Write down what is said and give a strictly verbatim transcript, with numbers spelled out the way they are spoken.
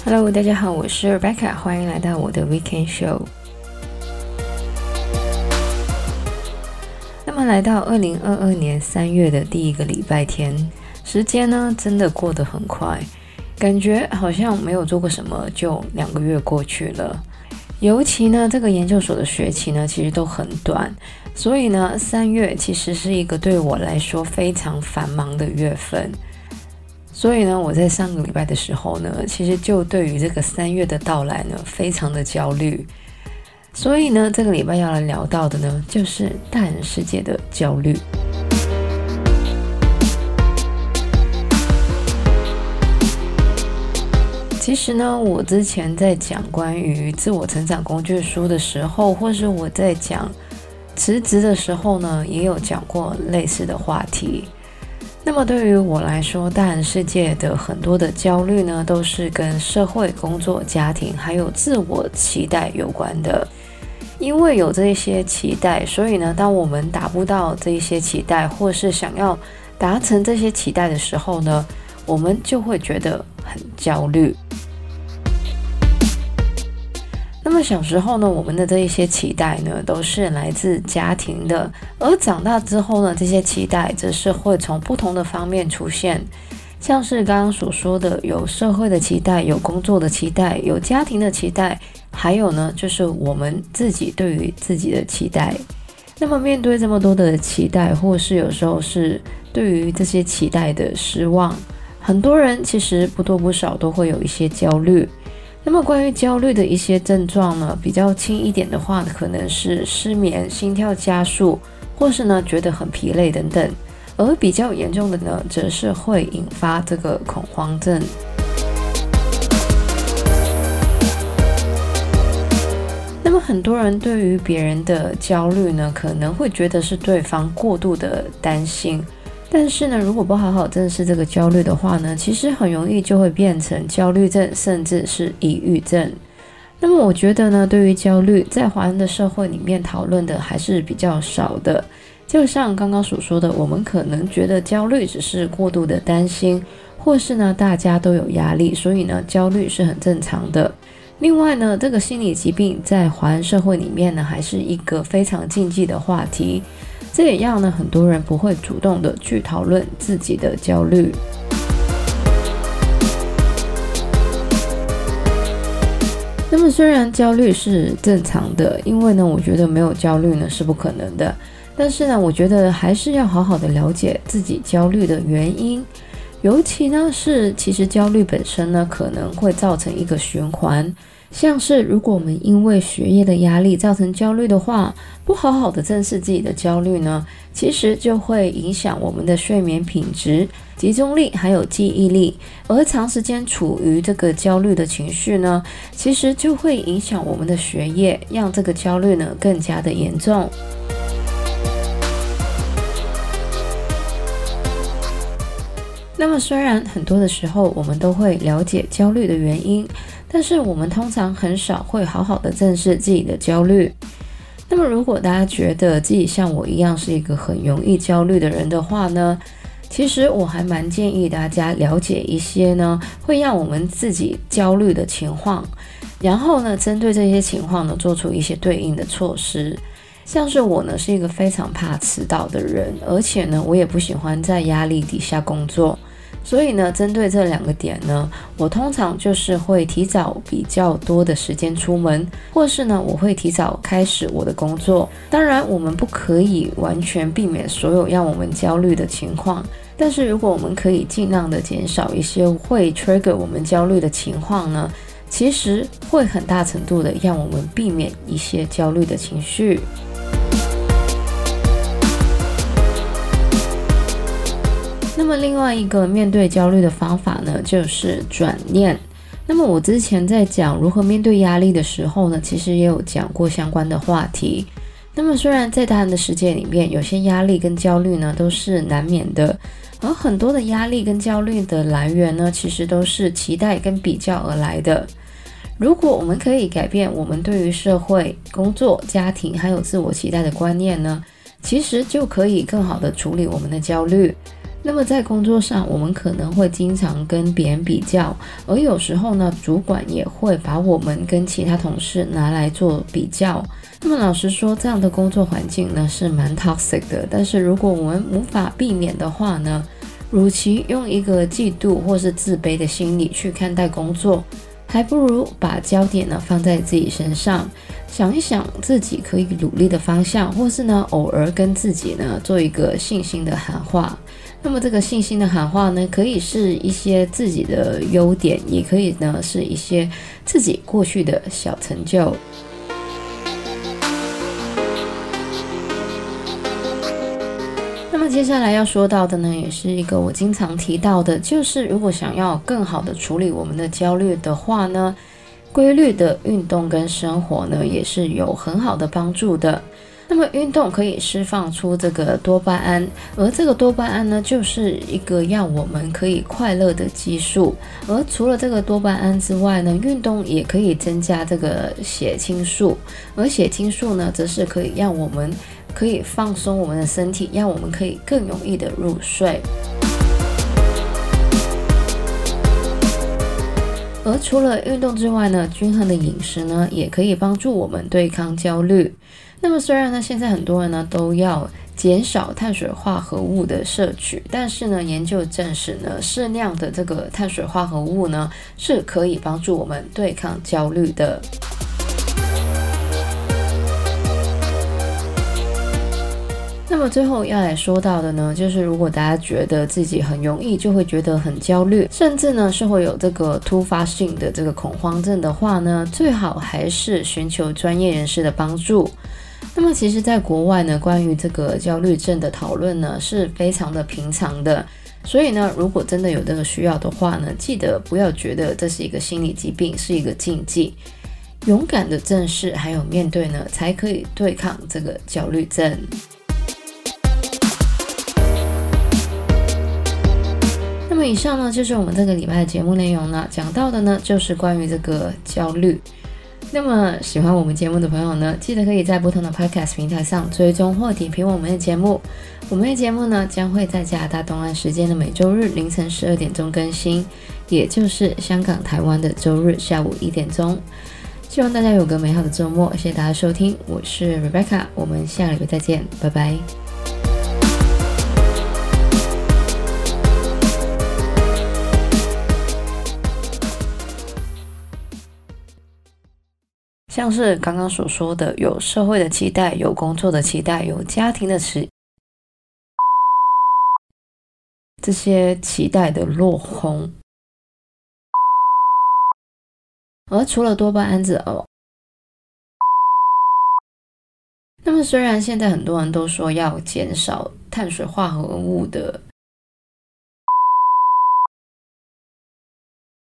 Hello， 大家好，我是 Rebecca， 欢迎来到我的 Weekend Show。那么来到二零二二年三月的第一个礼拜天，时间呢真的过得很快，感觉好像没有做过什么就两个月过去了。尤其呢这个研究所的学期呢其实都很短，所以呢三月其实是一个对我来说非常繁忙的月份。所以呢我在上个礼拜的时候呢，其实就对于这个三月的到来呢非常的焦虑。所以呢这个礼拜要来聊到的呢，就是大人世界的焦虑。其实呢我之前在讲关于自我成长工具书的时候，或是我在讲辞职的时候呢，也有讲过类似的话题。那么对于我来说，大人世界的很多的焦虑呢，都是跟社会、工作、家庭还有自我期待有关的。因为有这些期待，所以呢当我们达不到这些期待，或是想要达成这些期待的时候呢，我们就会觉得很焦虑。那么小时候呢，我们的这一些期待呢，都是来自家庭的，而长大之后呢，这些期待则是会从不同的方面出现，像是刚刚所说的，有社会的期待，有工作的期待，有家庭的期待，还有呢，就是我们自己对于自己的期待。那么面对这么多的期待，或是有时候是对于这些期待的失望，很多人其实不多不少都会有一些焦虑。那么关于焦虑的一些症状呢，比较轻一点的话，可能是失眠、心跳加速，或是呢觉得很疲累等等。而比较严重的呢，则是会引发这个恐慌症。那么很多人对于别人的焦虑呢，可能会觉得是对方过度的担心。但是呢，如果不好好正视这个焦虑的话呢，其实很容易就会变成焦虑症，甚至是抑郁症。那么我觉得呢，对于焦虑，在华人的社会里面讨论的还是比较少的。就像刚刚所说的，我们可能觉得焦虑只是过度的担心，或是呢大家都有压力，所以呢焦虑是很正常的。另外呢，这个心理疾病在华人社会里面呢，还是一个非常禁忌的话题。这也让呢很多人不会主动的去讨论自己的焦虑。那么虽然焦虑是正常的，因为呢我觉得没有焦虑呢是不可能的，但是呢我觉得还是要好好的了解自己焦虑的原因。尤其呢是其实焦虑本身呢可能会造成一个循环，像是如果我们因为学业的压力造成焦虑的话，不好好的正视自己的焦虑呢，其实就会影响我们的睡眠品质、集中力还有记忆力。而长时间处于这个焦虑的情绪呢，其实就会影响我们的学业，让这个焦虑呢更加的严重。那么虽然很多的时候我们都会了解焦虑的原因，但是我们通常很少会好好的正视自己的焦虑。那么如果大家觉得自己像我一样是一个很容易焦虑的人的话呢，其实我还蛮建议大家了解一些呢会让我们自己焦虑的情况，然后呢针对这些情况呢做出一些对应的措施。像是我呢是一个非常怕迟到的人，而且呢我也不喜欢在压力底下工作，所以呢针对这两个点呢，我通常就是会提早比较多的时间出门，或是呢我会提早开始我的工作。当然我们不可以完全避免所有让我们焦虑的情况，但是如果我们可以尽量的减少一些会 trigger 我们焦虑的情况呢，其实会很大程度的让我们避免一些焦虑的情绪。那么另外一个面对焦虑的方法呢，就是转念。那么我之前在讲如何面对压力的时候呢，其实也有讲过相关的话题。那么虽然在大人的世界里面，有些压力跟焦虑呢都是难免的，而很多的压力跟焦虑的来源呢，其实都是期待跟比较而来的。如果我们可以改变我们对于社会、工作、家庭还有自我期待的观念呢，其实就可以更好的处理我们的焦虑。 那么在工作上，我们可能会经常跟别人比较，而有时候呢，主管也会把我们跟其他同事拿来做比较。那么老实说，这样的工作环境呢是蛮 toxic 的，但是如果我们无法避免的话呢，与其用一个嫉妒或是自卑的心理去看待工作，还不如把焦点呢放在自己身上，想一想自己可以努力的方向，或是呢偶尔跟自己呢做一个信心的喊话。那么这个信心的喊话呢，可以是一些自己的优点，也可以呢是一些自己过去的小成就。那么接下来要说到的呢，也是一个我经常提到的，就是如果想要更好的处理我们的焦虑的话呢，规律的运动跟生活呢，也是有很好的帮助的。那么运动可以释放出这个多巴胺，而这个多巴胺呢，就是一个让我们可以快乐的激素。而除了这个多巴胺之外呢，运动也可以增加这个血清素，而血清素呢，则是可以让我们可以放松我们的身体，让我们可以更容易的入睡。而除了运动之外呢，均衡的饮食呢，也可以帮助我们对抗焦虑。那么虽然呢，现在很多人呢都要减少碳水化合物的摄取，但是呢，研究证实呢，适量的这个碳水化合物呢，是可以帮助我们对抗焦虑的。那么最后要来说到的呢，就是如果大家觉得自己很容易就会觉得很焦虑，甚至呢是会有这个突发性的这个恐慌症的话呢，最好还是寻求专业人士的帮助。那么其实在国外呢，关于这个焦虑症的讨论呢是非常的平常的，所以呢，如果真的有这个需要的话呢，记得不要觉得这是一个心理疾病，是一个禁忌，勇敢的正视还有面对呢，才可以对抗这个焦虑症。那么以上呢，就是我们这个礼拜的节目内容呢，讲到的呢，就是关于这个焦虑。那么喜欢我们节目的朋友呢，记得可以在不同的 podcast 平台上追踪或点评我们的节目。我们的节目呢，将会在加拿大东岸时间的每周日凌晨十二点钟更新，也就是香港、台湾的周日下午一点钟。希望大家有个美好的周末，谢谢大家收听，我是 Rebecca， 我们下个礼拜再见，拜拜。像是刚刚所说的，有社会的期待，有工作的期待，有家庭的期这些期待的落空。而除了多巴胺之后，那么虽然现在很多人都说要减少碳水化合物的